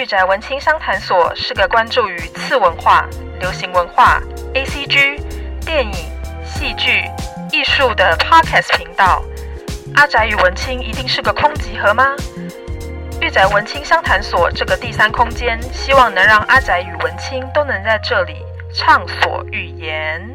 宅文青商谈所是个关注于次文化、流行文化、ACG、电影、戏剧、艺术的 Podcast 频道。阿宅与文青一定是个空集合吗？御宅文青商谈所这个第三空间，希望能让阿宅与文青都能在这里畅所欲言。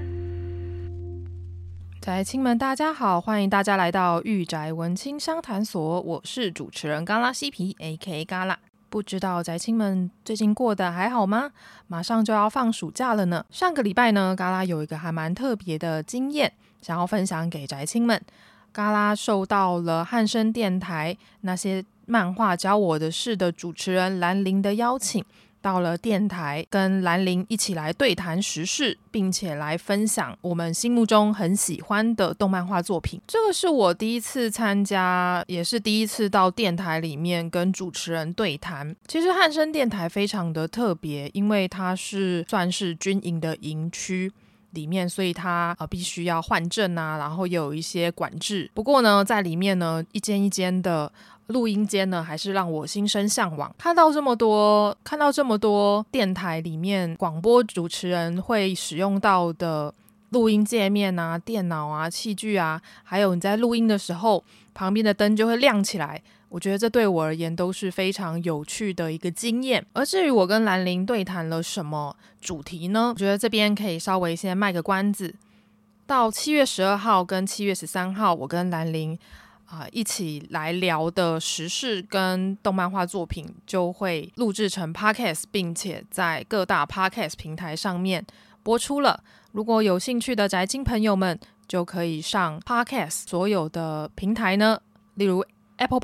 宅青们大家好，欢迎大家来到御宅文青商谈所，我是主持人嘎拉西皮 AKA 嘎拉。不知道宅青们最近过得还好吗？马上就要放暑假了呢。上个礼拜呢，嘎拉有一个还蛮特别的经验想要分享给宅青们。嘎拉受到了汉声电台那些漫画教我的事的主持人兰陵的邀请，到了电台跟兰陵一起来对谈时事，并且来分享我们心目中很喜欢的动漫画作品。这个是我第一次参加，也是第一次到电台里面跟主持人对谈。其实汉声电台非常的特别，因为它是算是军营的营区里面，所以它必须要换证啊，然后也有一些管制。不过呢，在里面呢，一间一间的录音间呢，还是让我心生向往。看到这么多电台里面广播主持人会使用到的录音界面啊、电脑啊、器具啊，还有你在录音的时候，旁边的灯就会亮起来。我觉得这对我而言都是非常有趣的一个经验。而至于我跟兰陵对谈了什么主题呢？我觉得这边可以稍微先卖个关子。到7月12号跟7月13号，我跟兰陵一起来聊的时事跟动漫画作品就会录制成 Podcast， 并且在各大 Podcast 平台上面播出了。如果有兴趣的宅青朋友们，就可以上 Podcast 所有的平台呢，例如Apple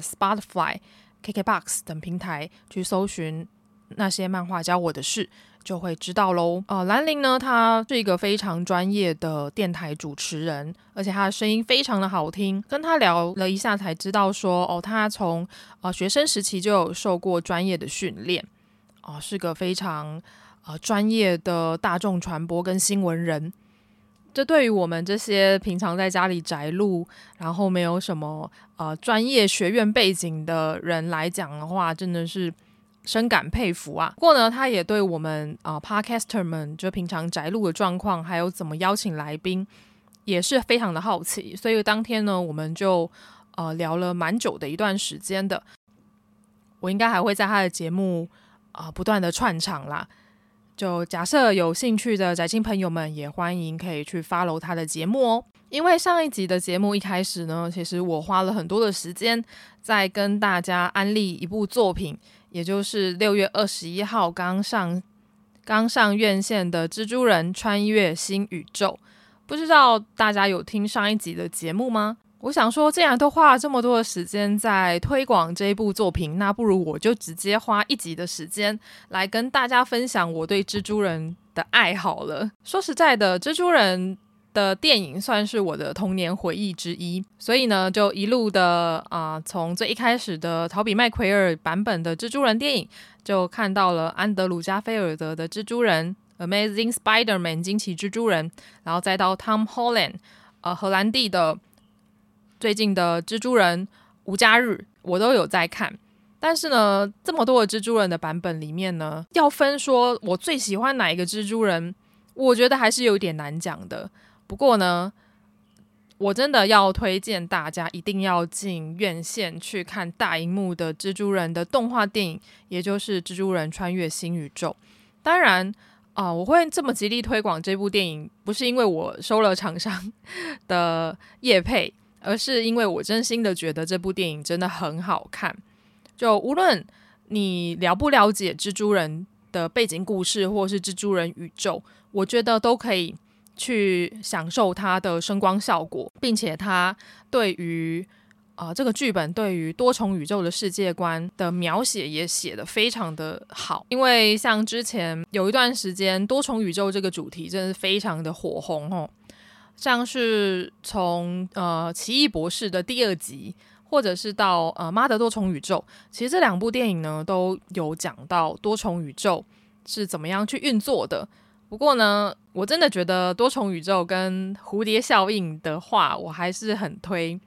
Podcast、Spotify、KKBOX 等平台去搜寻那些漫画教我的事，就会知道咯。兰陵呢，他是一个非常专业的电台主持人，而且他的声音非常的好听。跟他聊了一下才知道说，他从学生时期就有受过专业的训练，是个非常专业的大众传播跟新闻人。这对于我们这些平常在家里宅录，然后没有什么专业学院背景的人来讲的话，真的是深感佩服啊。不过呢，他也对我们podcaster 们就平常宅录的状况，还有怎么邀请来宾，也是非常的好奇。所以当天呢，我们就聊了蛮久的一段时间的。我应该还会在他的节目不断的串场啦。就假设有兴趣的宅青朋友们，也欢迎可以去 follow 他的节目哦。因为上一集的节目一开始呢，其实我花了很多的时间在跟大家安利一部作品，也就是6月21号刚上院线的《蜘蛛人穿越新宇宙》。不知道大家有听上一集的节目吗？我想说，既然都花了这么多的时间在推广这一部作品，那不如我就直接花一集的时间来跟大家分享我对蜘蛛人的爱好了。说实在的，蜘蛛人的电影算是我的童年回忆之一，所以呢，就一路的从最一开始的陶比麦奎尔版本的蜘蛛人电影，就看到了安德鲁加菲尔德的蜘蛛人 Amazing Spider-Man 惊奇蜘蛛人，然后再到 Tom Holland 荷兰弟的最近的蜘蛛人无家日，我都有在看。但是呢，这么多的蜘蛛人的版本里面呢，要分说我最喜欢哪一个蜘蛛人，我觉得还是有点难讲的。不过呢，我真的要推荐大家一定要进院线去看大荧幕的蜘蛛人的动画电影，也就是蜘蛛人穿越新宇宙。当然我会这么极力推广这部电影，不是因为我收了厂商的业配，而是因为我真心的觉得这部电影真的很好看。就无论你了不了解蜘蛛人的背景故事或是蜘蛛人宇宙，我觉得都可以去享受它的声光效果，并且它对于这个剧本对于多重宇宙的世界观的描写也写得非常的好。因为像之前有一段时间多重宇宙这个主题真的是非常的火红哦，像是从奇异博士的第2集，或者是到妈的多重宇宙，其实这2部电影呢都有讲到多重宇宙是怎么样去运作的。不过呢，我真的觉得多重宇宙跟蝴蝶效应的话，我还是很推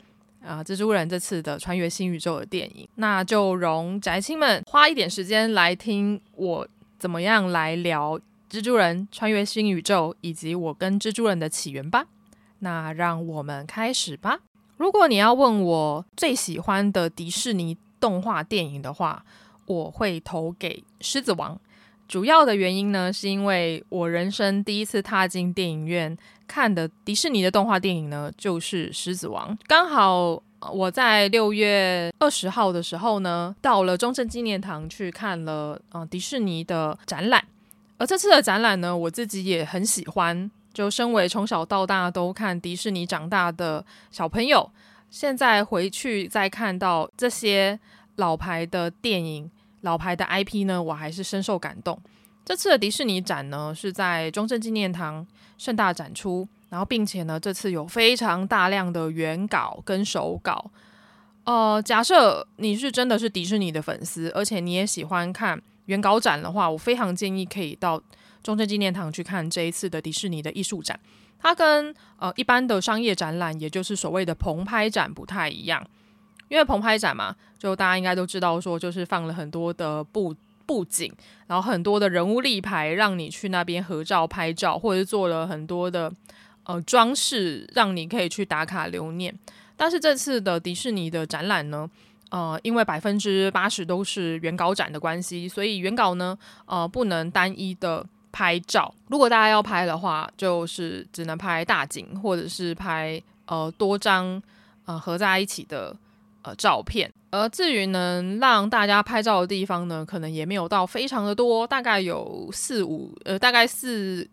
蜘蛛人这次的穿越新宇宙的电影。那就容宅青们花一点时间来听我怎么样来聊蜘蛛人穿越新宇宙以及我跟蜘蛛人的起源吧。那让我们开始吧。如果你要问我最喜欢的迪士尼动画电影的话，我会投给狮子王。主要的原因呢，是因为我人生第一次踏进电影院看的迪士尼的动画电影呢，就是狮子王。刚好我在6月20号的时候呢，到了中正纪念堂去看了迪士尼的展览。而这次的展览呢，我自己也很喜欢，就身为从小到大都看迪士尼长大的小朋友，现在回去再看到这些老牌的电影、老牌的 IP 呢，我还是深受感动。这次的迪士尼展呢，是在中正纪念堂盛大展出，然后并且呢，这次有非常大量的原稿跟手稿。假设你是真的是迪士尼的粉丝，而且你也喜欢看原稿展的话，我非常建议可以到中正纪念堂去看这一次的迪士尼的艺术展。它跟一般的商业展览，也就是所谓的棚拍展不太一样。因为棚拍展嘛，就大家应该都知道说，就是放了很多的布景，然后很多的人物立牌，让你去那边合照拍照，或者是做了很多的装饰，让你可以去打卡留念。但是这次的迪士尼的展览呢，因为80%都是原稿展的关系，所以原稿呢，不能单一的拍照。如果大家要拍的话，就是只能拍大景，或者是拍多张合在一起的照片。而至于能让大家拍照的地方呢，可能也没有到非常的多，大概有大概是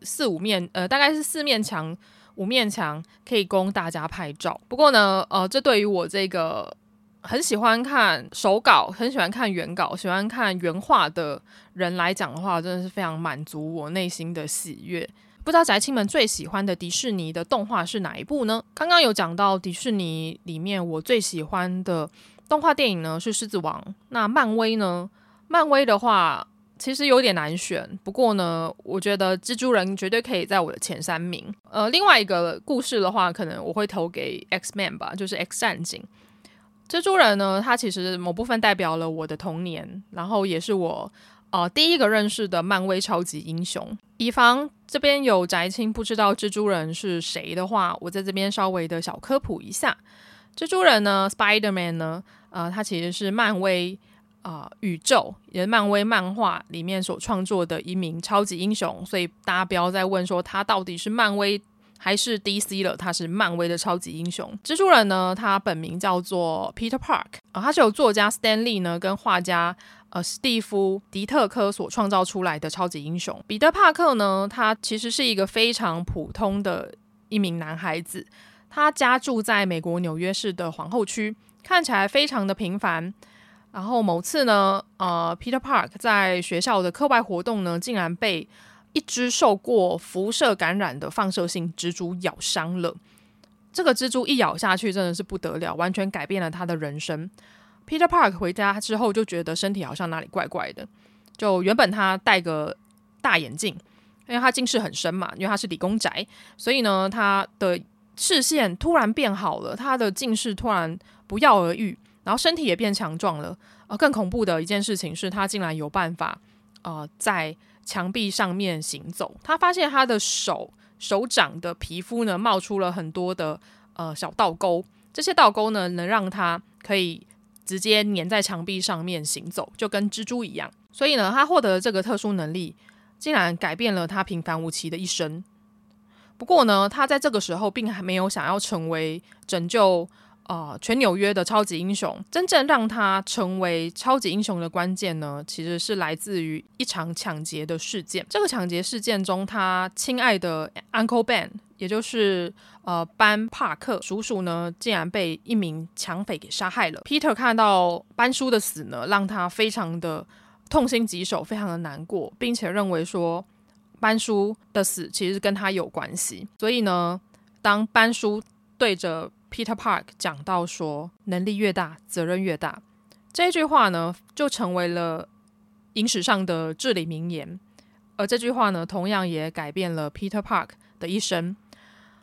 4面墙、5面墙可以供大家拍照。不过呢，这对于我这个很喜欢看手稿、很喜欢看原稿、喜欢看原画的人来讲的话，真的是非常满足我内心的喜悦。不知道宅青们最喜欢的迪士尼的动画是哪一部呢？刚刚有讲到迪士尼里面我最喜欢的动画电影呢是狮子王。那漫威呢？漫威的话其实有点难选，不过呢，我觉得蜘蛛人绝对可以在我的前3名。另外一个故事的话，可能我会投给 X-Men 吧，就是 X 战警。蜘蛛人呢，它其实某部分代表了我的童年，然后也是我第一个认识的漫威超级英雄。以防这边有宅青不知道蜘蛛人是谁的话，我在这边稍微的小科普一下。蜘蛛人呢 Spider-Man 呢，他其实是漫威宇宙，也是漫威漫画里面所创作的一名超级英雄，所以大家不要再问说他到底是漫威还是 DC 了，他是漫威的超级英雄。蜘蛛人呢，他本名叫做 Peter Park，他是由作家 Stan Lee 呢跟画家史蒂夫·迪特科所创造出来的超级英雄。彼得·帕克呢，他其实是一个非常普通的一名男孩子，他家住在美国纽约市的皇后区，看起来非常的平凡。然后某次呢Peter Park 在学校的课外活动呢，竟然被一只受过辐射感染的放射性蜘蛛咬伤了。这个蜘蛛一咬下去真的是不得了，完全改变了他的人生。Peter Park 回家之后就觉得身体好像哪里怪怪的，就原本他戴个大眼镜，因为他近视很深嘛，因为他是理工宅，所以呢他的视线突然变好了，他的近视突然不药而愈，然后身体也变强壮了。更恐怖的一件事情是他竟然有办法在墙壁上面行走。他发现他的手掌的皮肤呢冒出了很多的小倒钩，这些倒钩呢能让他可以直接粘在墙壁上面行走，就跟蜘蛛一样。所以呢，他获得了这个特殊能力，竟然改变了他平凡无奇的一生。不过呢，他在这个时候并还没有想要成为拯救全纽约的超级英雄。真正让他成为超级英雄的关键呢，其实是来自于一场抢劫的事件。这个抢劫事件中，他亲爱的 Uncle Ben， 也就是班帕克叔叔呢，竟然被一名抢匪给杀害了。Peter 看到班叔的死呢，让他非常的痛心疾首，非常的难过，并且认为说班叔的死其实跟他有关系。所以呢，当班叔对着Peter Park 讲到说能力越大责任越大，这句话呢就成为了影史上的至理名言。而这句话呢同样也改变了 Peter Park 的一生。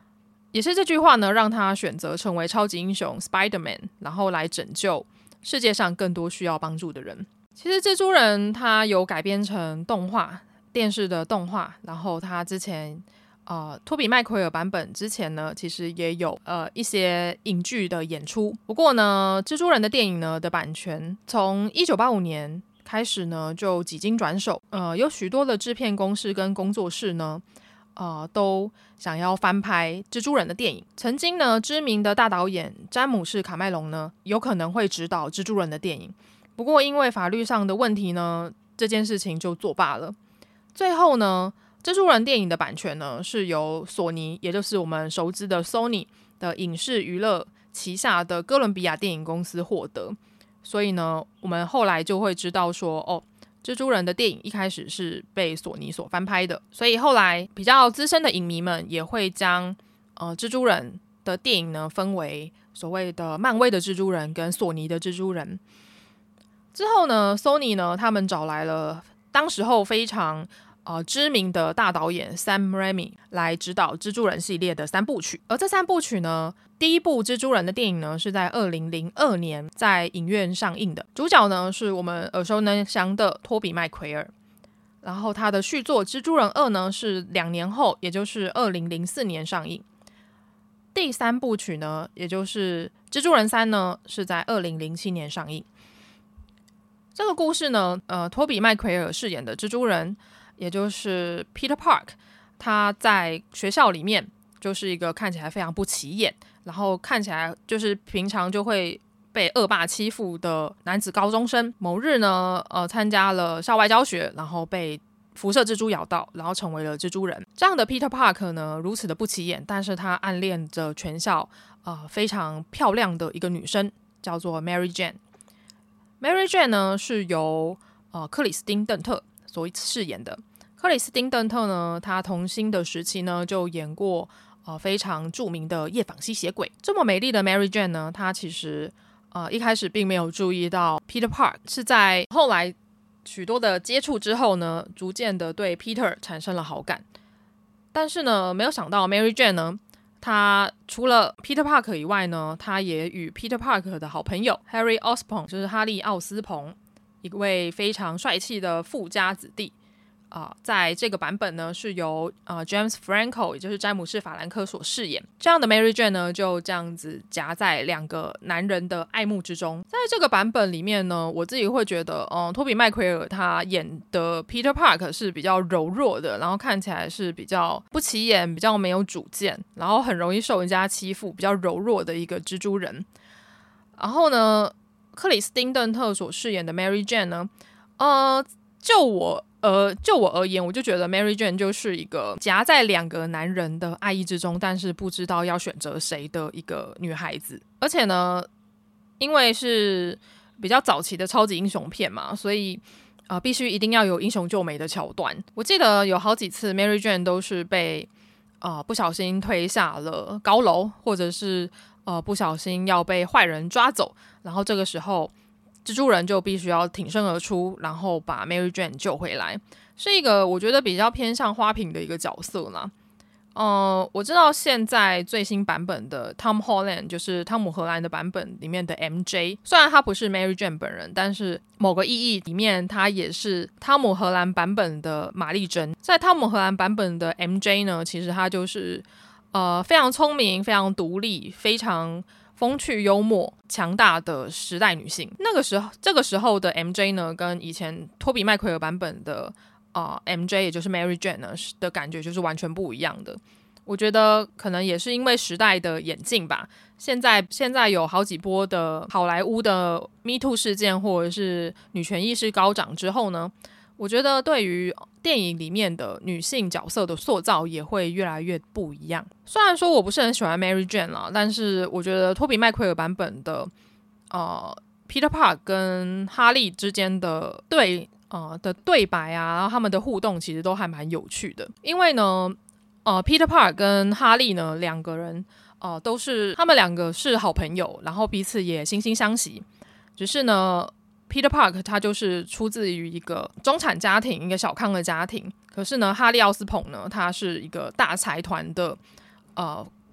也是这句话呢，让他选择成为超级英雄 Spider-Man， 然后来拯救世界上更多需要帮助的人。其实蜘蛛人他有改编成动画，电视的动画，然后他之前托比麦奎尔版本之前呢，其实也有一些影剧的演出。不过呢，蜘蛛人的电影呢的版权从1985年开始呢就几经转手，有许多的制片公司跟工作室呢都想要翻拍蜘蛛人的电影。曾经呢，知名的大导演詹姆士·卡麦隆呢有可能会执导蜘蛛人的电影，不过因为法律上的问题呢，这件事情就作罢了。最后呢，蜘蛛人电影的版权呢是由索尼，也就是我们熟知的 Sony 的影视娱乐旗下的哥伦比亚电影公司获得。所以呢，我们后来就会知道说，蜘蛛人的电影一开始是被索尼所翻拍的。所以后来比较资深的影迷们也会将蜘蛛人的电影呢分为所谓的漫威的蜘蛛人跟索尼的蜘蛛人。之后呢 Sony 呢他们找来了当时候非常知名的大导演 Sam Raimi 来指导蜘蛛人系列的3部曲。而这3部曲呢，第一部蜘蛛人的电影呢是在2002年在影院上映的，主角呢是我们耳熟能详的托比麦奎尔。然后他的续作蜘蛛人2呢是2年后，也就是2004年上映。第3部曲呢，也就是蜘蛛人3呢是在2007年上映。这个故事呢，托比麦奎尔饰演的蜘蛛人，也就是 Peter Park， 他在学校里面就是一个看起来非常不起眼，然后看起来就是平常就会被恶霸欺负的男子高中生。某日呢，参加了校外教学，然后被辐射蜘蛛咬到，然后成为了蜘蛛人。这样的 Peter Park 呢，如此的不起眼，但是他暗恋着全校非常漂亮的一个女生，叫做 Mary Jane。Mary Jane 呢是由克里斯汀·邓特所饰演的。克里斯汀·邓特呢，他童星的时期呢就演过非常著名的《夜访吸血鬼》。这么美丽的 Mary Jane 呢，她其实一开始并没有注意到 Peter Park， 是在后来许多的接触之后呢，逐渐的对 Peter 产生了好感。但是呢，没有想到 Mary Jane 呢，他除了 Peter Park 以外呢，他也与 Peter Park 的好朋友 Harry Osborn， 就是哈利·奥斯彭，一位非常帅气的富家子弟。在这个版本呢，是由James Franco， 也就是詹姆士·法兰克所饰演。这样的 Mary Jane 呢，就这样子夹在2个男人的爱慕之中。在这个版本里面呢，我自己会觉得，托比麦奎尔他演的 Peter Park 是比较柔弱的，然后看起来是比较不起眼，比较没有主见，然后很容易受人家欺负，比较柔弱的一个蜘蛛人。然后呢，克里斯汀·邓特所饰演的 Mary Jane 呢，就我而言，我就觉得 Mary Jane 就是一个夹在2个男人的爱意之中，但是不知道要选择谁的一个女孩子。而且呢，因为是比较早期的超级英雄片嘛，所以必须一定要有英雄救美的桥段。我记得有好几次 Mary Jane 都是被不小心推下了高楼，或者是不小心要被坏人抓走，然后这个时候蜘蛛人就必须要挺身而出，然后把 Mary Jane 救回来，是一个我觉得比较偏向花瓶的一个角色啦。我知道现在最新版本的 Tom Holland， 就是汤姆·荷兰的版本里面的 MJ， 虽然他不是 Mary Jane 本人，但是某个意义里面他也是汤姆·荷兰版本的玛丽珍。在汤姆·荷兰版本的 MJ 呢，其实他就是非常聪明、非常独立、非常风趣幽默、强大的时代女性。这个时候的 MJ 呢，跟以前托比麦奎尔版本的MJ， 也就是 Mary Jane 呢的感觉就是完全不一样的。我觉得可能也是因为时代的演进吧。现在有好几波的好莱坞的 Me Too 事件，或者是女权意识高涨之后呢，我觉得对于电影里面的女性角色的塑造也会越来越不一样。虽然说我不是很喜欢 Mary Jane 啦，但是我觉得托比麦奎尔版本的Peter Park 跟哈利之间的对白啊，然后他们的互动其实都还蛮有趣的。因为呢Peter Park 跟哈利呢2个人他们2个是好朋友，然后彼此也惺惺相惜。只是呢Peter Park 他就是出自于一个中产家庭，一个小康的家庭。可是呢哈利奥斯彭呢，他是一个大财团的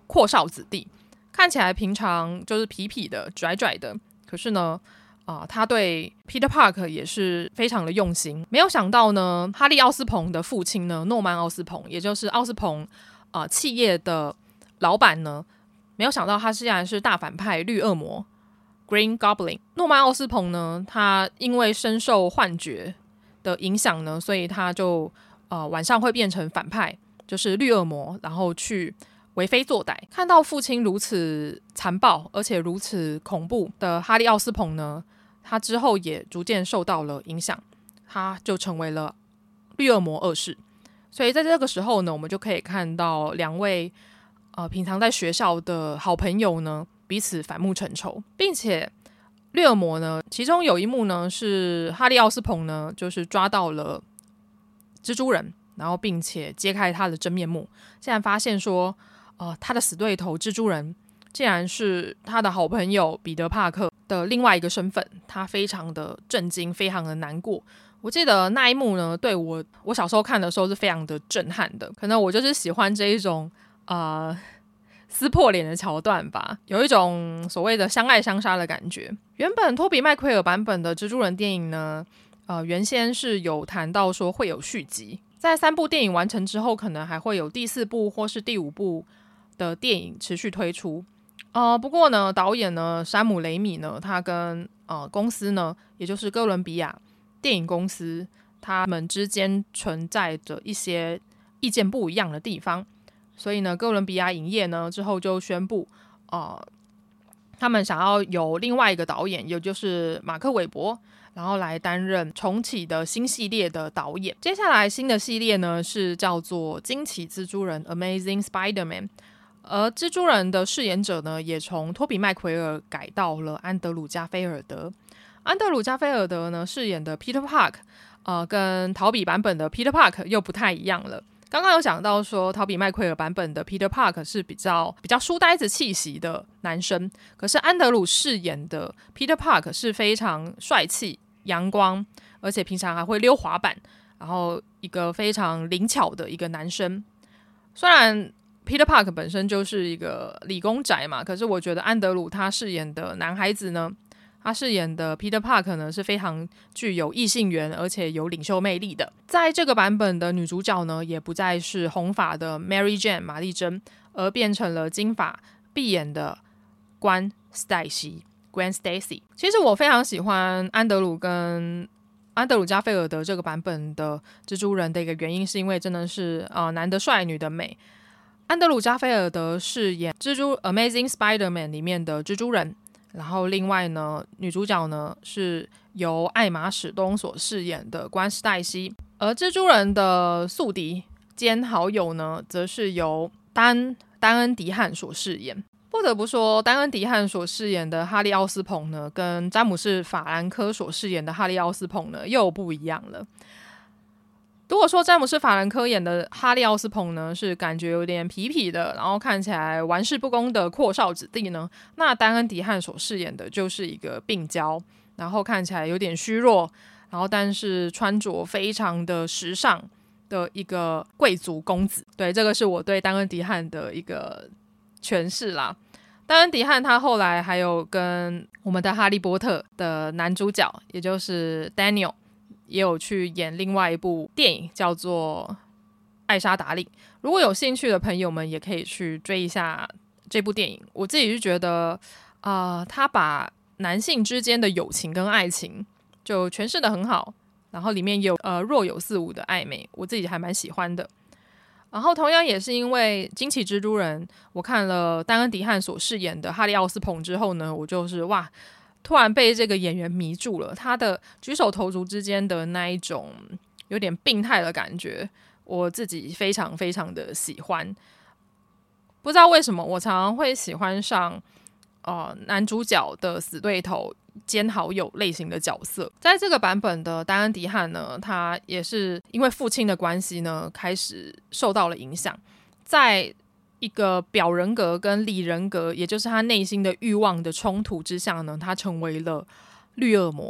阔少子弟，看起来平常就是痞痞的、拽拽的，可是呢，他对 Peter Park 也是非常的用心。没有想到呢，哈利·奥斯彭的父亲呢，诺曼·奥斯彭，也就是奥斯彭企业的老板呢，没有想到他竟然是大反派绿恶魔 Green Goblin。诺曼·奥斯彭呢，他因为深受幻觉的影响呢，所以他就晚上会变成反派，就是绿恶魔，然后去为非作歹。看到父亲如此残暴而且如此恐怖的哈利·奥斯彭呢，他之后也逐渐受到了影响，他就成为了绿恶魔二世。所以在这个时候呢，我们就可以看到两位平常在学校的好朋友呢，彼此反目成仇，并且绿恶魔呢，其中有一幕呢是哈利·奥斯彭呢，就是抓到了蜘蛛人，然后并且揭开他的真面目，竟然发现说他的死对头蜘蛛人竟然是他的好朋友彼得·帕克的另外一个身份，他非常的震惊，非常的难过。我记得那一幕呢，对我小时候看的时候是非常的震撼的，可能我就是喜欢这一种撕破脸的桥段吧，有一种所谓的相爱相杀的感觉。原本托比麦奎尔版本的蜘蛛人电影呢，原先是有谈到说会有续集，在3部电影完成之后，可能还会有第4部或是第5部的电影持续推出。不过呢，导演呢山姆雷米呢，他跟公司呢，也就是哥伦比亚电影公司，他们之间存在着一些意见不一样的地方，所以呢，哥伦比亚影业呢之后就宣布，他们想要有另外一个导演，也就是马克·韦伯，然后来担任重启的新系列的导演。接下来新的系列呢是叫做惊奇蜘蛛人 Amazing Spider-Man， 而蜘蛛人的饰演者呢也从托比·麦奎尔改到了安德鲁·加菲尔德。安德鲁·加菲尔德呢饰演的 Peter Park，跟陶比版本的 Peter Park 又不太一样了。刚刚有讲到说，陶比麦奎尔版本的 Peter Park 是比较书呆子气息的男生，可是安德鲁饰演的 Peter Park 是非常帅气、阳光，而且平常还会溜滑板，然后一个非常灵巧的一个男生。虽然 Peter Park 本身就是一个理工宅嘛，可是我觉得安德鲁他饰演的男孩子呢，他饰演的 Peter Park 呢是非常具有异性缘而且有领袖魅力的。在这个版本的女主角呢，也不再是红发的 Mary Jane 玛丽珍，而变成了金发碧眼的关史黛西 Gwen Stacy。其实我非常喜欢安德鲁加菲尔德这个版本的蜘蛛人的一个原因，是因为真的是男的帅女的美。安德鲁加菲尔德饰演蜘蛛 Amazing Spider-Man 里面的蜘蛛人，然后另外呢，女主角呢是由艾玛史东所饰演的关史黛西，而蜘蛛人的宿敌兼好友呢，则是由丹恩迪汉所饰演。不得不说，丹恩迪汉所饰演的哈利奥斯彭呢，跟詹姆士法兰科所饰演的哈利奥斯彭呢又不一样了。如果说詹姆士法兰科演的哈利奥斯彭呢是感觉有点痞痞的，然后看起来玩世不恭的阔少子弟呢，那丹恩迪汉所饰演的就是一个病娇，然后看起来有点虚弱，然后但是穿着非常的时尚的一个贵族公子。对，这个是我对丹恩迪汉的一个诠释啦。丹恩迪汉他后来还有跟我们的哈利波特的男主角，也就是 Daniel，也有去演另外一部电影叫做艾莎达令。如果有兴趣的朋友们也可以去追一下这部电影。我自己是觉得他把男性之间的友情跟爱情就诠释得很好，然后里面也有若有似无的暧昧，我自己还蛮喜欢的。然后同样也是因为惊奇蜘蛛人，我看了丹恩迪汉所饰演的哈利奥斯彭之后呢，我就是哇，突然被这个演员迷住了，他的举手投足之间的那一种有点病态的感觉，我自己非常非常的喜欢。不知道为什么我常常会喜欢上男主角的死对头兼好友类型的角色。在这个版本的丹恩迪汉呢，他也是因为父亲的关系呢，开始受到了影响，在一个表人格跟里人格，也就是他内心的欲望的冲突之下呢，他成为了绿恶魔。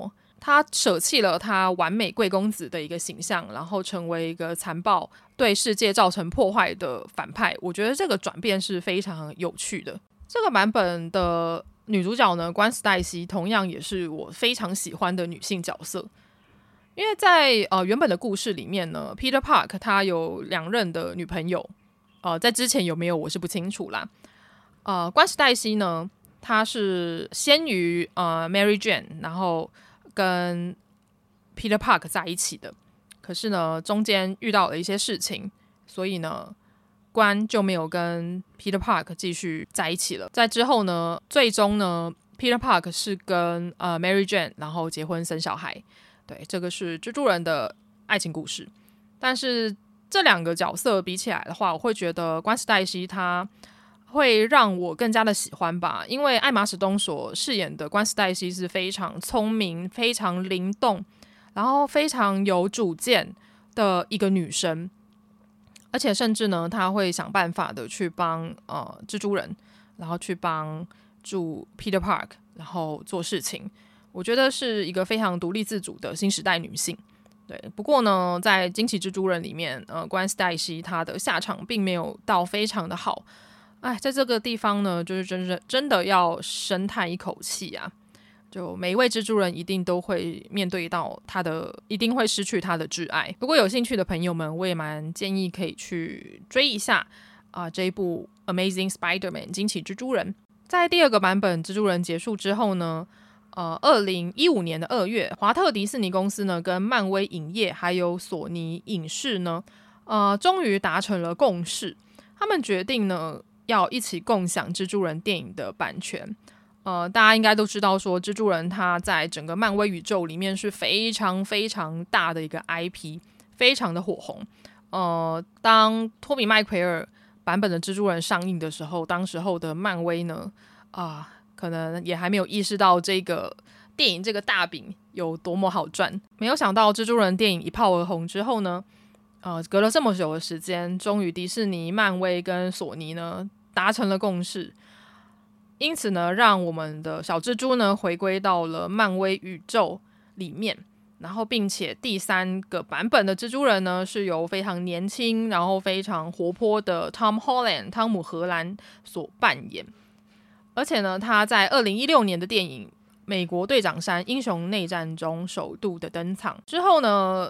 他舍弃了他完美贵公子的一个形象，然后成为一个残暴对世界造成破坏的反派。我觉得这个转变是非常有趣的。这个版本的女主角呢，关斯黛西同样也是我非常喜欢的女性角色。因为在原本的故事里面呢 ，Peter Park 他有2任的女朋友，在之前有没有我是不清楚啦。关斯黛西呢，她是先于Mary Jane， 然后跟 Peter Park 在一起的。可是呢，中间遇到了一些事情，所以呢，关就没有跟 Peter Park 继续在一起了。在之后呢，最终呢 ，Peter Park 是跟Mary Jane 然后结婚生小孩。对，这个是蜘蛛人的爱情故事。但是这2个角色比起来的话，我会觉得关斯黛西她会让我更加的喜欢吧，因为艾玛史东所饰演的关斯黛西是非常聪明、非常灵动，然后非常有主见的一个女生，而且甚至呢，她会想办法的去帮蜘蛛人，然后去帮助 Peter Park， 然后做事情。我觉得是一个非常独立自主的新时代女性。对，不过呢，在惊奇蜘蛛人里面，关斯黛西她的下场并没有到非常的好。哎，在这个地方呢，就是真的要深叹一口气啊！就每一位蜘蛛人一定都会面对到一定会失去他的挚爱。如果有兴趣的朋友们，我也蛮建议可以去追一下这一部《Amazing Spider-Man》惊奇蜘蛛人。在第2个版本蜘蛛人结束之后呢，2015年的2月，华特迪士尼公司呢跟漫威影业还有索尼影视呢，终于达成了共识，他们决定呢要一起共享蜘蛛人电影的版权。大家应该都知道说，蜘蛛人他在整个漫威宇宙里面是非常非常大的一个 IP， 非常的火红。当托比麦奎尔版本的蜘蛛人上映的时候，当时候的漫威呢可能也还没有意识到这个电影这个大饼有多么好赚。没有想到蜘蛛人电影一炮而红之后呢，隔了这么久的时间，终于迪士尼、漫威跟索尼呢达成了共识，因此呢，让我们的小蜘蛛呢回归到了漫威宇宙里面。然后并且第3个版本的蜘蛛人呢，是由非常年轻然后非常活泼的 Tom Holland 汤姆·荷兰所扮演。而且呢，他在2016年的电影《美国队长3：英雄内战》中首度的登场之后呢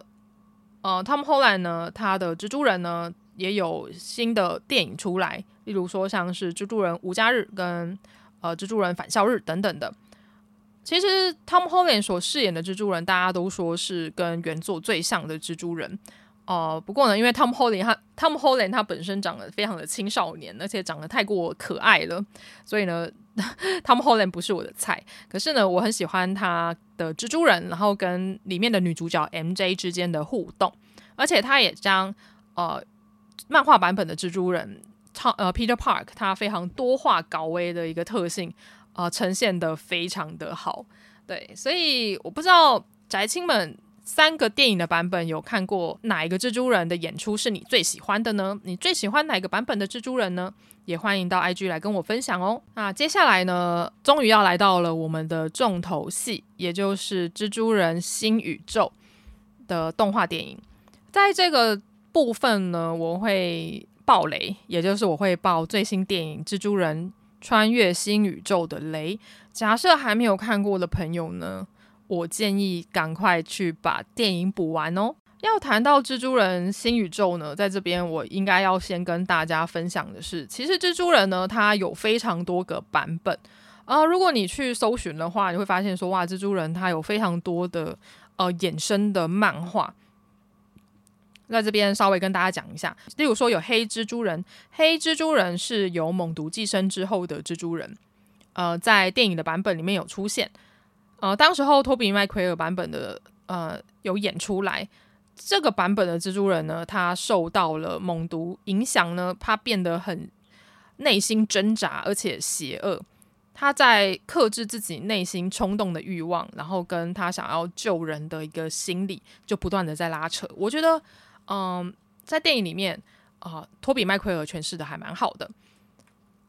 ，Tom Holland 呢，他的蜘蛛人呢也有新的电影出来，例如说像是蜘蛛人无家日跟蜘蛛人返校日等等的。其实 Tom Holland 所饰演的蜘蛛人，大家都说是跟原作最像的蜘蛛人。不过呢，因为 Tom Holland 他本身长得非常的青少年，而且长得太过可爱了，所以呢Tom Holland 不是我的菜。可是呢，我很喜欢他的蜘蛛人，然后跟里面的女主角 MJ 之间的互动，而且他也将漫画版本的蜘蛛人Peter Park 他非常多话高危的一个特性呈现得非常的好。对，所以我不知道宅青们3个电影的版本有看过哪一个蜘蛛人的演出是你最喜欢的呢？你最喜欢哪个版本的蜘蛛人呢？也欢迎到 IG 来跟我分享哦。那接下来呢，终于要来到了我们的重头戏，也就是蜘蛛人新宇宙的动画电影。在这个部分呢，我会爆雷，也就是我会爆最新电影蜘蛛人穿越新宇宙的雷。假设还没有看过的朋友呢，我建议赶快去把电影补完哦。要谈到蜘蛛人新宇宙呢，在这边我应该要先跟大家分享的是，其实蜘蛛人呢，它有非常多个版本如果你去搜寻的话，你会发现说，哇，蜘蛛人它有非常多的衍生的漫画。在这边稍微跟大家讲一下，例如说有黑蜘蛛人，黑蜘蛛人是由猛毒寄生之后的蜘蛛人，在电影的版本里面有出现，当时候托比麦奎尔版本的有演出来。这个版本的蜘蛛人呢，他受到了猛毒影响呢，他变得很内心挣扎，而且邪恶。他在克制自己内心冲动的欲望，然后跟他想要救人的一个心理，就不断的在拉扯。我觉得，在电影里面，托比麦奎尔诠释的还蛮好的。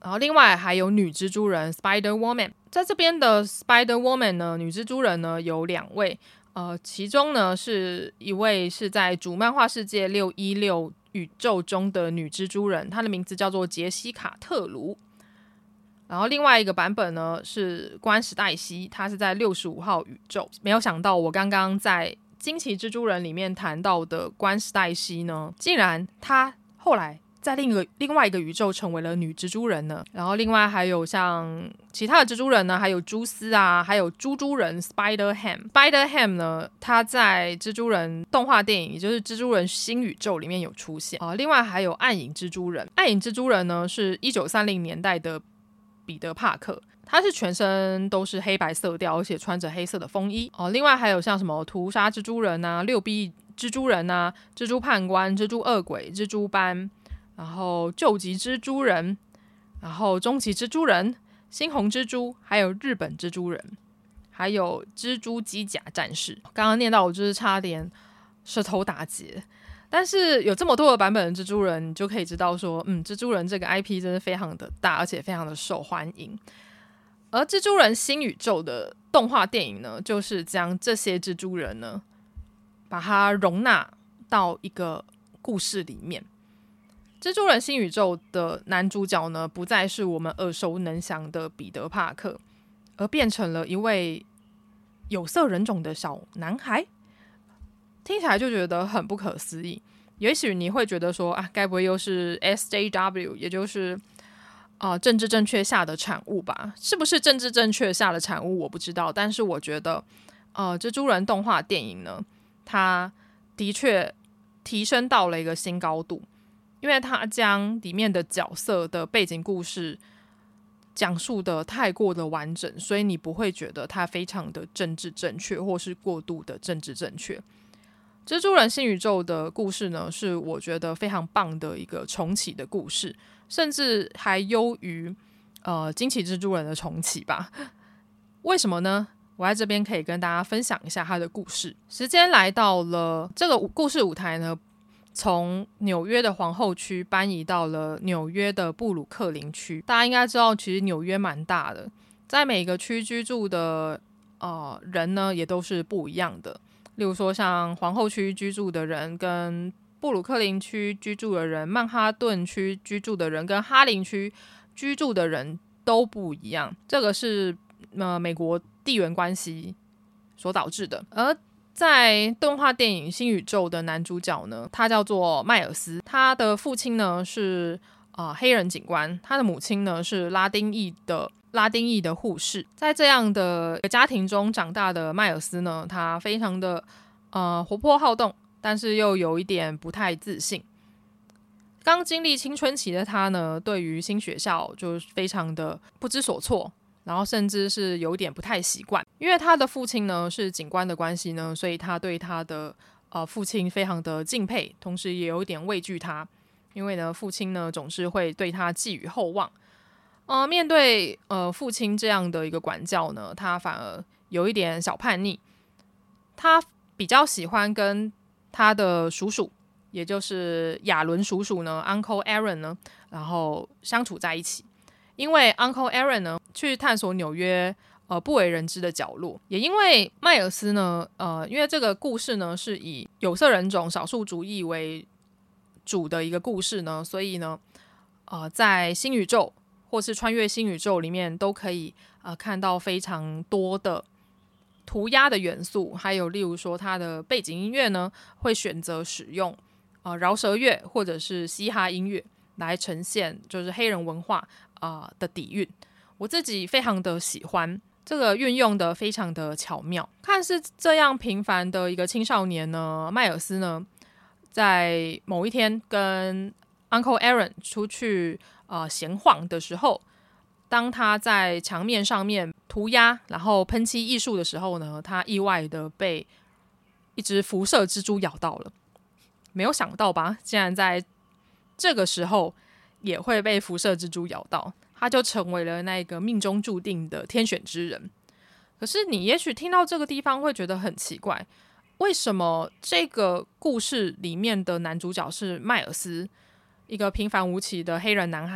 然后另外还有女蜘蛛人 Spider Woman， 在这边的 Spider Woman 呢，女蜘蛛人呢有2位，其中呢是一位是在主漫画世界616宇宙中的女蜘蛛人，她的名字叫做杰西卡特卢。然后另外一个版本呢是关史黛西，她是在65号宇宙。没有想到我刚刚在惊奇蜘蛛人里面谈到的关史黛西呢，竟然她后来在另外一个宇宙成为了女蜘蛛人呢。然后另外还有像其他的蜘蛛人呢，还有蛛丝啊，还有猪猪人 Spider Ham。Spider Ham 呢，他在蜘蛛人动画电影，也就是蜘蛛人新宇宙里面有出现另外还有暗影蜘蛛人。暗影蜘蛛人呢是1930年代的彼得帕克，他是全身都是黑白色调，而且穿着黑色的风衣另外还有像什么屠杀蜘蛛人啊、6臂蜘蛛人啊、蜘蛛判官、蜘蛛恶鬼、蜘蛛班，然后救急蜘蛛人，然后终极蜘蛛人、猩红蜘蛛，还有日本蜘蛛人，还有蜘蛛机甲战士。刚刚念到我就是差点舌头打结，但是有这么多的版本的蜘蛛人，你就可以知道说蜘蛛人这个 IP 真的非常的大，而且非常的受欢迎。而蜘蛛人新宇宙的动画电影呢，就是将这些蜘蛛人呢把它容纳到一个故事里面。蜘蛛人新宇宙的男主角呢，不再是我们耳熟能详的彼得帕克，而变成了一位有色人种的小男孩。听起来就觉得很不可思议。也许你会觉得说该不会又是 SJW， 也就是政治正确下的产物吧？是不是政治正确下的产物我不知道，但是我觉得蜘蛛人动画电影呢，它的确提升到了一个新高度，因为它将里面的角色的背景故事讲述的太过的完整，所以你不会觉得它非常的政治正确或是过度的政治正确。蜘蛛人新宇宙的故事呢，是我觉得非常棒的一个重启的故事，甚至还优于惊奇蜘蛛人的重启吧。为什么呢？我在这边可以跟大家分享一下他的故事。时间来到了这个故事舞台呢，从纽约的皇后区搬移到了纽约的布鲁克林区。大家应该知道，其实纽约蛮大的，在每个区居住的人呢，也都是不一样的。例如说像皇后区居住的人跟布鲁克林区居住的人，曼哈顿区居住的人跟哈林区居住的人都不一样，这个是美国地缘关系所导致的。而在动画电影新宇宙的男主角呢，他叫做迈尔斯，他的父亲呢是黑人警官，他的母亲呢是拉丁裔的护士。在这样的家庭中长大的迈尔斯呢，他非常的活泼好动，但是又有一点不太自信。刚经历青春期的他呢，对于新学校就非常的不知所措，然后甚至是有点不太习惯。因为他的父亲呢是警官的关系呢，所以他对他的父亲非常的敬佩，同时也有一点畏惧他。因为呢，父亲呢总是会对他寄予厚望。面对父亲这样的一个管教呢，他反而有一点小叛逆。他比较喜欢跟他的叔叔，也就是亚伦叔叔呢 Uncle Aaron 呢，然后相处在一起。因为 Uncle Aaron 呢去探索纽约不为人知的角落，也因为迈尔斯呢因为这个故事呢是以有色人种少数族裔为主的一个故事呢，所以呢在新宇宙或是穿越新宇宙里面都可以看到非常多的涂鸦的元素，还有例如说它的背景音乐呢会选择使用饶舌乐或者是嘻哈音乐来呈现就是黑人文化的底蕴。我自己非常的喜欢这个运用的非常的巧妙。看似这样平凡的一个青少年呢，迈尔斯呢在某一天跟 Uncle Aaron 出去闲晃的时候，当他在墙面上面涂鸦然后喷漆艺术的时候呢，他意外的被一只辐射蜘蛛咬到了。没有想到吧，竟然在这个时候也会被辐射蜘蛛咬到，他就成为了那个命中注定的天选之人。可是你也许听到这个地方会觉得很奇怪，为什么这个故事里面的男主角是迈尔斯，一个平凡无奇的黑人男孩，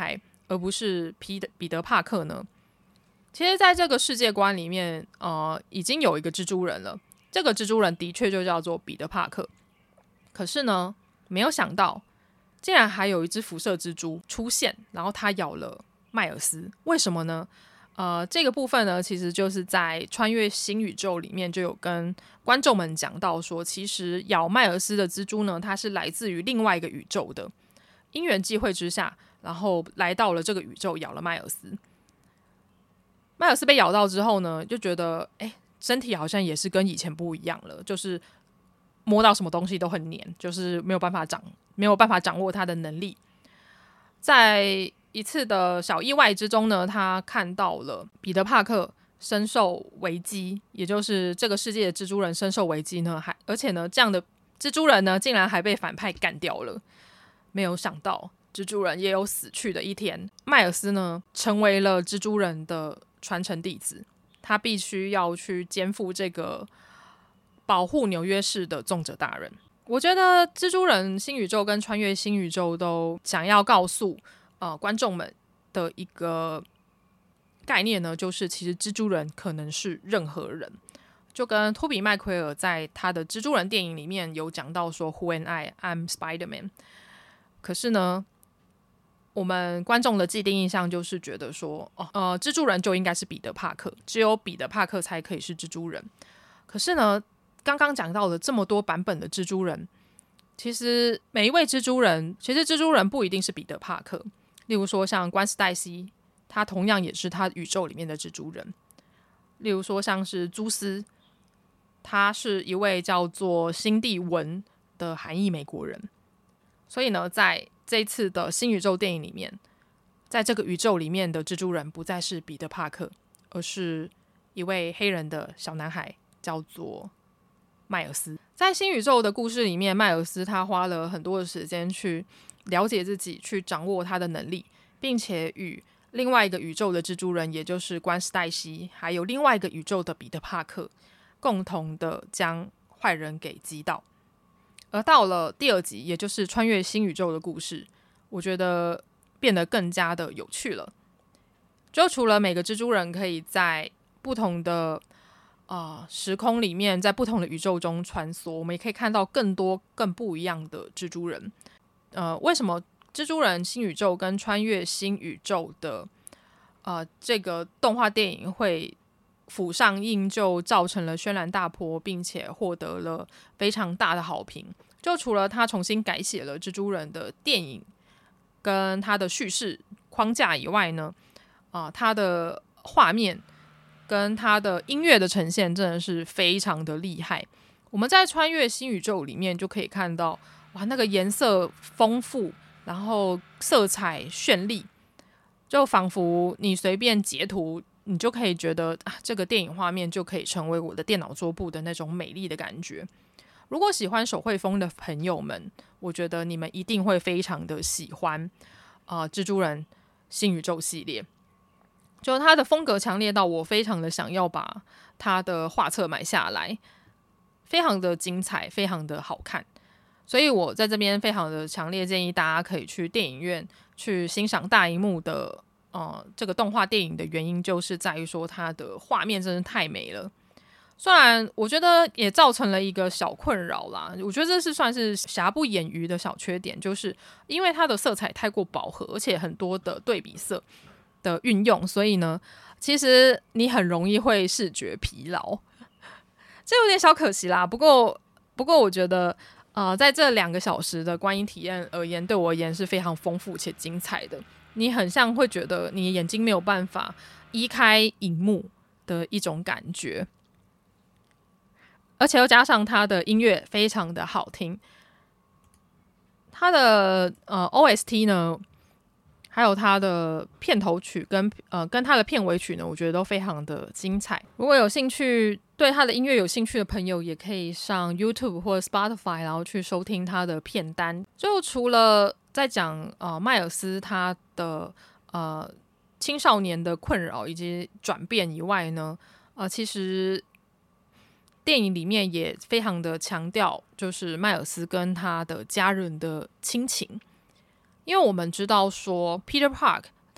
而不是彼得帕克呢？其实在这个世界观里面已经有一个蜘蛛人了，这个蜘蛛人的确就叫做彼得帕克。可是呢，没有想到竟然还有一只辐射蜘蛛出现，然后它咬了迈尔斯。为什么呢？这个部分呢，其实就是在穿越新宇宙里面就有跟观众们讲到说，其实咬迈尔斯的蜘蛛呢，它是来自于另外一个宇宙的，因缘际会之下，然后来到了这个宇宙，咬了迈尔斯。迈尔斯被咬到之后呢，就觉得身体好像也是跟以前不一样了，就是摸到什么东西都很黏，就是没有办法掌握他的能力。在一次的小意外之中呢，他看到了彼得帕克深受危机，也就是这个世界的蜘蛛人深受危机呢，而且呢，这样的蜘蛛人呢，竟然还被反派干掉了。没有想到，蜘蛛人也有死去的一天。迈尔斯呢，成为了蜘蛛人的传承弟子，他必须要去肩负这个保护纽约市的重责大任。我觉得蜘蛛人新宇宙跟穿越新宇宙都想要告诉观众们的一个概念呢，就是其实蜘蛛人可能是任何人，就跟托比麦奎尔在他的蜘蛛人电影里面有讲到说 Who am I? I'm Spider-Man。 可是呢，我们观众的既定印象就是觉得说蜘蛛人就应该是彼得帕克，只有彼得帕克才可以是蜘蛛人。可是呢，刚刚讲到了这么多版本的蜘蛛人，其实每一位蜘蛛人，其实蜘蛛人不一定是彼得帕克。例如说像关斯黛西，他同样也是他宇宙里面的蜘蛛人。例如说像是蛛丝，他是一位叫做辛蒂文的韩裔美国人。所以呢，在这一次的新宇宙电影里面，在这个宇宙里面的蜘蛛人不再是彼得帕克，而是一位黑人的小男孩，叫做迈尔斯。在新宇宙的故事里面，迈尔斯他花了很多的时间去了解自己，去掌握他的能力，并且与另外一个宇宙的蜘蛛人，也就是关斯黛西，还有另外一个宇宙的彼得帕克，共同的将坏人给击倒。而到了第二集，也就是穿越新宇宙的故事，我觉得变得更加的有趣了。就除了每个蜘蛛人可以在不同的时空里面，在不同的宇宙中穿梭，我们也可以看到更多更不一样的蜘蛛人。为什么蜘蛛人新宇宙跟穿越新宇宙的这个动画电影会甫上映就造成了轩然大波，并且获得了非常大的好评？就除了他重新改写了蜘蛛人的电影跟他的叙事框架以外呢，他的画面跟他的音乐的呈现真的是非常的厉害。我们在穿越新宇宙里面就可以看到，哇，那个颜色丰富，然后色彩绚丽，就仿佛你随便截图，你就可以觉得这个电影画面就可以成为我的电脑桌布的那种美丽的感觉。如果喜欢手绘风的朋友们，我觉得你们一定会非常的喜欢蜘蛛人新宇宙系列。就它的风格强烈到我非常的想要把它的画册买下来，非常的精彩，非常的好看。所以我在这边非常的强烈建议大家可以去电影院去欣赏大荧幕的这个动画电影的原因，就是在于说它的画面真的太美了。虽然我觉得也造成了一个小困扰啦，我觉得这是算是瑕不掩瑜的小缺点，就是因为它的色彩太过饱和，而且很多的对比色的运用，所以呢，其实你很容易会视觉疲劳，这有点小可惜啦。不过我觉得在这2个小时的观影体验而言，对我而言是非常丰富且精彩的。你很像会觉得你眼睛没有办法移开荧幕的一种感觉，而且又加上它的音乐非常的好听，它的OST 呢，还有它的片头曲跟它的片尾曲呢，我觉得都非常的精彩。如果有兴趣对它的音乐有兴趣的朋友，也可以上 YouTube 或者 Spotify 然后去收听它的片单。就除了在讲迈尔斯他的青少年的困扰以及转变以外呢，其实电影里面也非常的强调，就是迈尔斯跟他的家人的亲情。因为我们知道说 Peter Park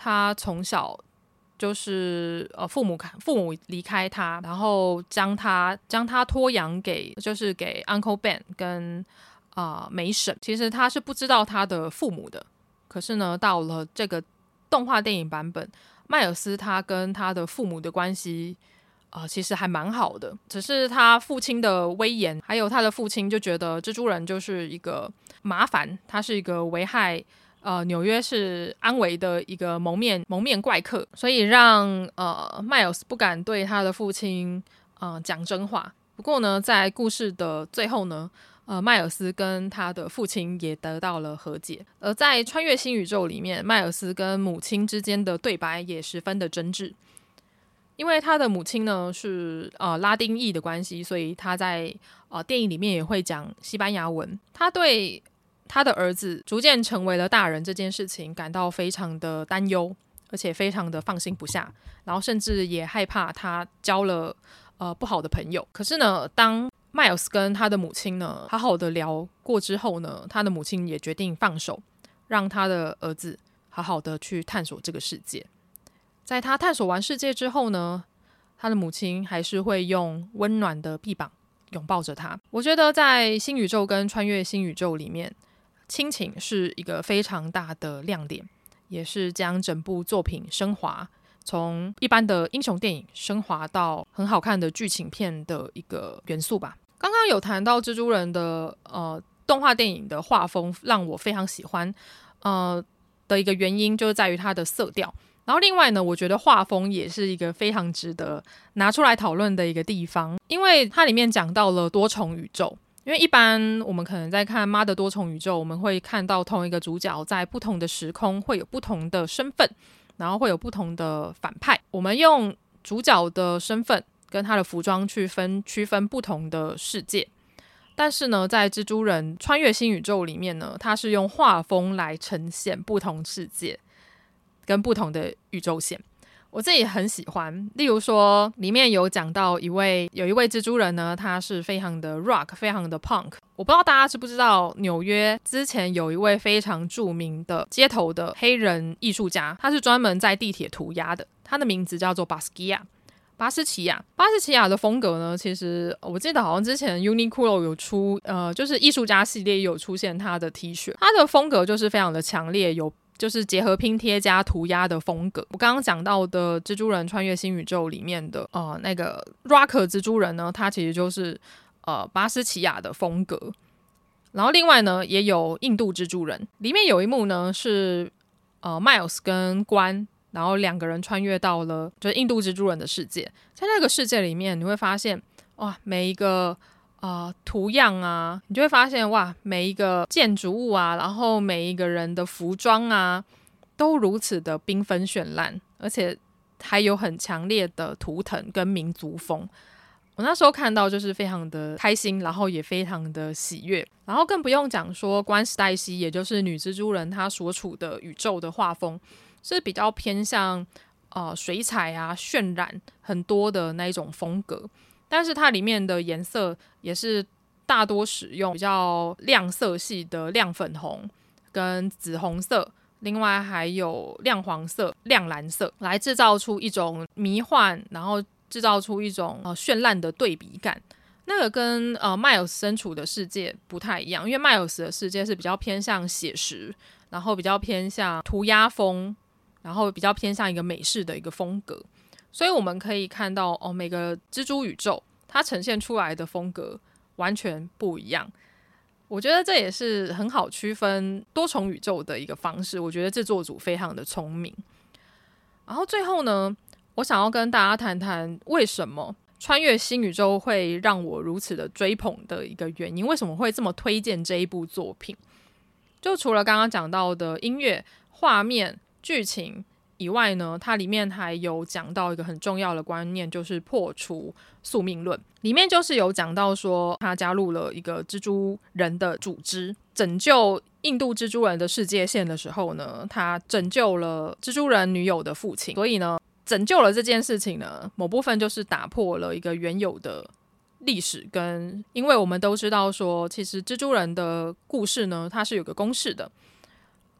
他从小就是父母离开他，然后将他托养给就是给 Uncle Ben 跟梅婶。其实他是不知道他的父母的，可是呢，到了这个动画电影版本，迈尔斯他跟他的父母的关系其实还蛮好的，只是他父亲的威严，还有他的父亲就觉得蜘蛛人就是一个麻烦，他是一个危害纽约市安危的一个蒙面怪客，所以让迈尔斯不敢对他的父亲讲真话。不过呢，在故事的最后呢，迈尔斯跟他的父亲也得到了和解。而在穿越新宇宙里面，迈尔斯跟母亲之间的对白也十分的真挚。因为他的母亲呢是拉丁裔的关系，所以他在电影里面也会讲西班牙文。他对他的儿子逐渐成为了大人这件事情感到非常的担忧，而且非常的放心不下，然后甚至也害怕他交了不好的朋友。可是呢，当迈尔斯跟他的母亲呢好好的聊过之后呢，他的母亲也决定放手，让他的儿子好好的去探索这个世界。在他探索完世界之后呢，他的母亲还是会用温暖的臂膀拥抱着他。我觉得在新宇宙跟穿越新宇宙里面，亲情是一个非常大的亮点，也是将整部作品升华，从一般的英雄电影升华到很好看的剧情片的一个元素吧。刚刚有谈到蜘蛛人的动画电影的画风让我非常喜欢的一个原因就是在于它的色调。然后另外呢，我觉得画风也是一个非常值得拿出来讨论的一个地方，因为它里面讲到了多重宇宙。因为一般我们可能在看妈的多重宇宙，我们会看到同一个主角在不同的时空会有不同的身份，然后会有不同的反派。我们用主角的身份跟他的服装区分不同的世界。但是呢，在蜘蛛人穿越新宇宙里面呢，它是用画风来呈现不同世界跟不同的宇宙线，我自己很喜欢。例如说，里面有讲到有一位蜘蛛人呢，他是非常的 rock， 非常的 punk。我不知道大家知不知道，纽约之前有一位非常著名的街头的黑人艺术家，他是专门在地铁涂鸦的，他的名字叫做巴斯奇亚的风格呢，其实我记得好像之前 Uniqlo 有出就是艺术家系列有出现他的 T 恤，他的风格就是非常的强烈，就是结合拼贴加涂鸦的风格。我刚刚讲到的蜘蛛人穿越新宇宙里面的那个 Rocker 蜘蛛人呢，他其实就是巴斯奇亚的风格。然后另外呢，也有印度蜘蛛人，里面有一幕呢是Miles 跟关，然后两个人穿越到了就是印度蜘蛛人的世界。在那个世界里面，你会发现哇，每一个图样啊，你就会发现哇，每一个建筑物啊，然后每一个人的服装啊，都如此的缤纷绚烂，而且还有很强烈的图腾跟民族风。我那时候看到就是非常的开心，然后也非常的喜悦。然后更不用讲说关史黛西，也就是女蜘蛛人她所处的宇宙的画风是比较偏向水彩啊渲染很多的那一种风格，但是它里面的颜色也是大多使用比较亮色系的亮粉红跟紫红色，另外还有亮黄色、亮蓝色，来制造出一种迷幻，然后制造出一种绚烂的对比感。那个跟迈尔斯身处的世界不太一样，因为迈尔斯的世界是比较偏向写实，然后比较偏向涂鸦风，然后比较偏向一个美式的一个风格。所以我们可以看到每个蜘蛛宇宙它呈现出来的风格完全不一样。我觉得这也是很好区分多重宇宙的一个方式，我觉得制作组非常的聪明。然后最后呢，我想要跟大家谈谈为什么穿越新宇宙会让我如此的追捧的一个原因，为什么会这么推荐这一部作品。就除了刚刚讲到的音乐、画面、剧情以外呢，它里面还有讲到一个很重要的观念，就是破除宿命论。里面就是有讲到说，他加入了一个蜘蛛人的组织，拯救印度蜘蛛人的世界线的时候呢，他拯救了蜘蛛人女友的父亲。所以呢，拯救了这件事情呢，某部分就是打破了一个原有的历史，跟因为我们都知道说，其实蜘蛛人的故事呢，它是有个公式的。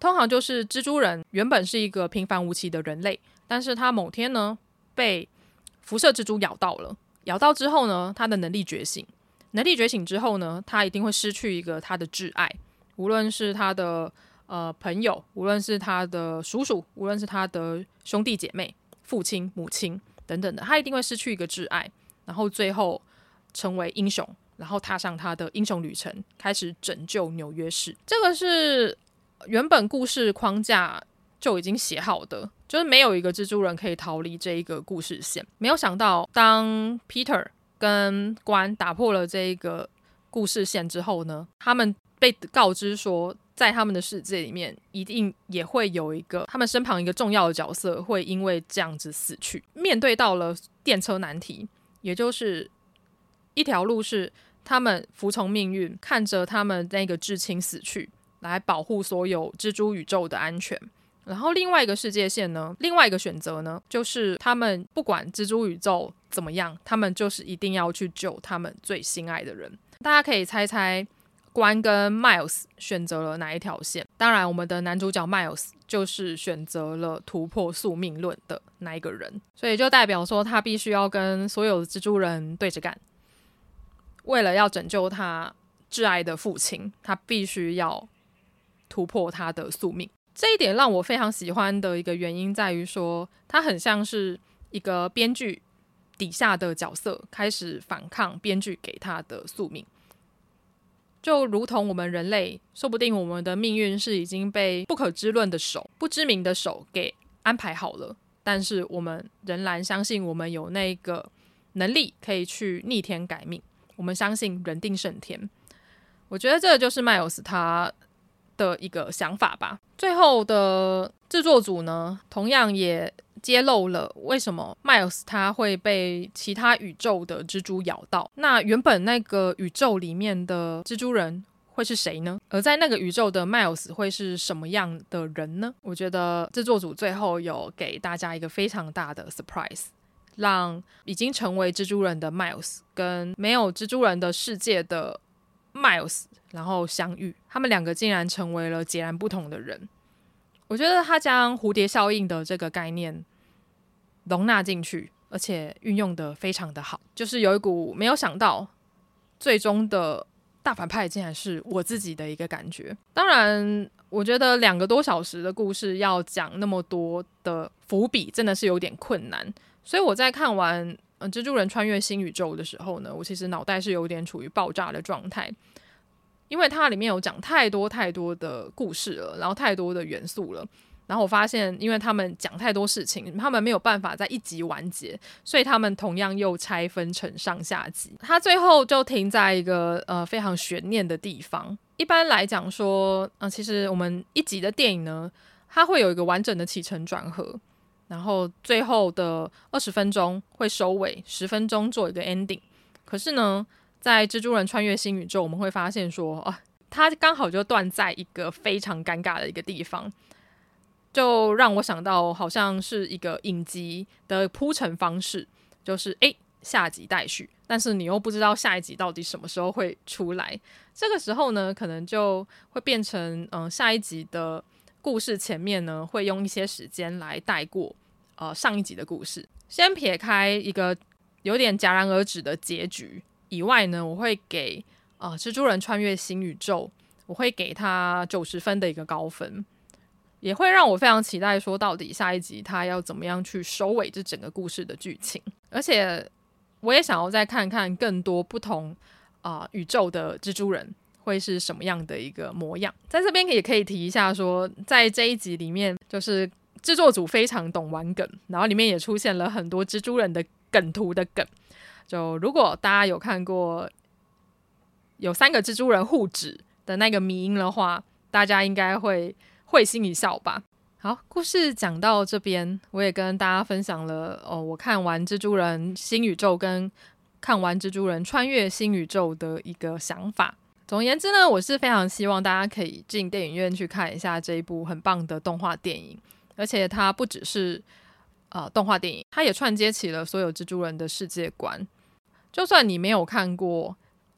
通常就是蜘蛛人原本是一个平凡无奇的人类，但是他某天呢被辐射蜘蛛咬到了，咬到之后呢，他的能力觉醒之后呢，他一定会失去一个他的挚爱，无论是他的朋友，无论是他的叔叔，无论是他的兄弟姐妹、父亲、母亲等等的，他一定会失去一个挚爱，然后最后成为英雄，然后踏上他的英雄旅程，开始拯救纽约市。这个是原本故事框架就已经写好的，就是没有一个蜘蛛人可以逃离这一个故事线。没有想到，当 Peter 跟关打破了这一个故事线之后呢，他们被告知说，在他们的世界里面，一定也会有一个他们身旁一个重要的角色会因为这样子死去。面对到了电车难题，也就是一条路是他们服从命运，看着他们那个至亲死去，来保护所有蜘蛛宇宙的安全。然后另外一个世界线呢，另外一个选择呢，就是他们不管蜘蛛宇宙怎么样，他们就是一定要去救他们最心爱的人。大家可以猜猜关跟 Miles 选择了哪一条线？当然我们的男主角 Miles 就是选择了突破宿命论的那一个人，所以就代表说他必须要跟所有的蜘蛛人对着干，为了要拯救他挚爱的父亲，他必须要突破他的宿命。这一点让我非常喜欢的一个原因在于说，他很像是一个编剧底下的角色开始反抗编剧给他的宿命。就如同我们人类，说不定我们的命运是已经被不可知论的手、不知名的手给安排好了，但是我们仍然相信我们有那个能力可以去逆天改命，我们相信人定胜天。我觉得这就是迈尔斯他的一个想法吧。最后的制作组呢，同样也揭露了为什么 Miles 他会被其他宇宙的蜘蛛咬到。那原本那个宇宙里面的蜘蛛人会是谁呢？而在那个宇宙的 Miles 会是什么样的人呢？我觉得制作组最后有给大家一个非常大的 surprise， 让已经成为蜘蛛人的 Miles 跟没有蜘蛛人的世界的 Miles 然后相遇，他们两个竟然成为了截然不同的人。我觉得他将蝴蝶效应的这个概念容纳进去，而且运用的非常的好，就是有一股没有想到最终的大反派竟然是我自己的一个感觉。当然我觉得2个多小时的故事要讲那么多的伏笔真的是有点困难，所以我在看完蜘蛛人穿越新宇宙的时候呢，我其实脑袋是有点处于爆炸的状态，因为它里面有讲太多的故事了，然后太多的元素了，然后我发现因为他们讲太多事情，他们没有办法在一集完结，所以他们同样又拆分成上下集。它最后就停在一个非常悬念的地方。一般来讲说其实我们一集的电影呢，它会有一个完整的起承转合，然后最后的20分钟会收尾，10分钟做一个 ending。 可是呢在蜘蛛人穿越新宇宙，我们会发现说它刚好就断在一个非常尴尬的一个地方，就让我想到好像是一个影集的铺陈方式，就是下集待续，但是你又不知道下一集到底什么时候会出来。这个时候呢，可能就会变成下一集的故事前面呢，会用一些时间来带过上一集的故事。先撇开一个有点戛然而止的结局以外呢，我会给蜘蛛人穿越新宇宙，我会给他90分的一个高分，也会让我非常期待说到底下一集他要怎么样去收尾这整个故事的剧情。而且我也想要再看看更多不同宇宙的蜘蛛人会是什么样的一个模样。在这边也可以提一下说，在这一集里面就是制作组非常懂玩梗，然后里面也出现了很多蜘蛛人的梗图的梗。就如果大家有看过有3个蜘蛛人互指的那个迷因的话，大家应该会会心一笑吧。好，故事讲到这边，我也跟大家分享了我看完蜘蛛人新宇宙跟看完蜘蛛人穿越新宇宙的一个想法。总而言之呢，我是非常希望大家可以进电影院去看一下这一部很棒的动画电影，而且它不只是动画电影，它也串接起了所有蜘蛛人的世界观。就算你没有看过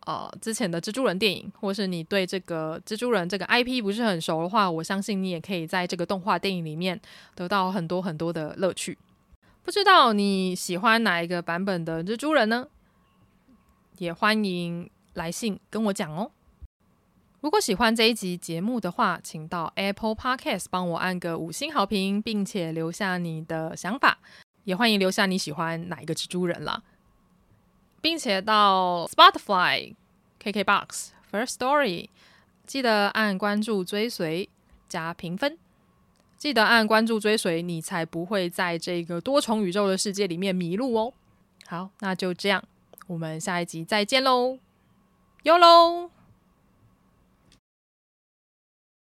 之前的蜘蛛人电影，或是你对这个蜘蛛人这个 IP 不是很熟的话，我相信你也可以在这个动画电影里面得到很多很多的乐趣。不知道你喜欢哪一个版本的蜘蛛人呢？也欢迎来信跟我讲哦。如果喜欢这一集节目的话，请到 Apple Podcast 帮我按个5星好评，并且留下你的想法，也欢迎留下你喜欢哪一个蜘蛛人啦，并且到 Spotify、KKBOX、Firstory 记得按关注追随加评分，记得按关注追随，你才不会在这个多重宇宙的世界里面迷路哦。好，那就这样，我们下一集再见喽，YOLO。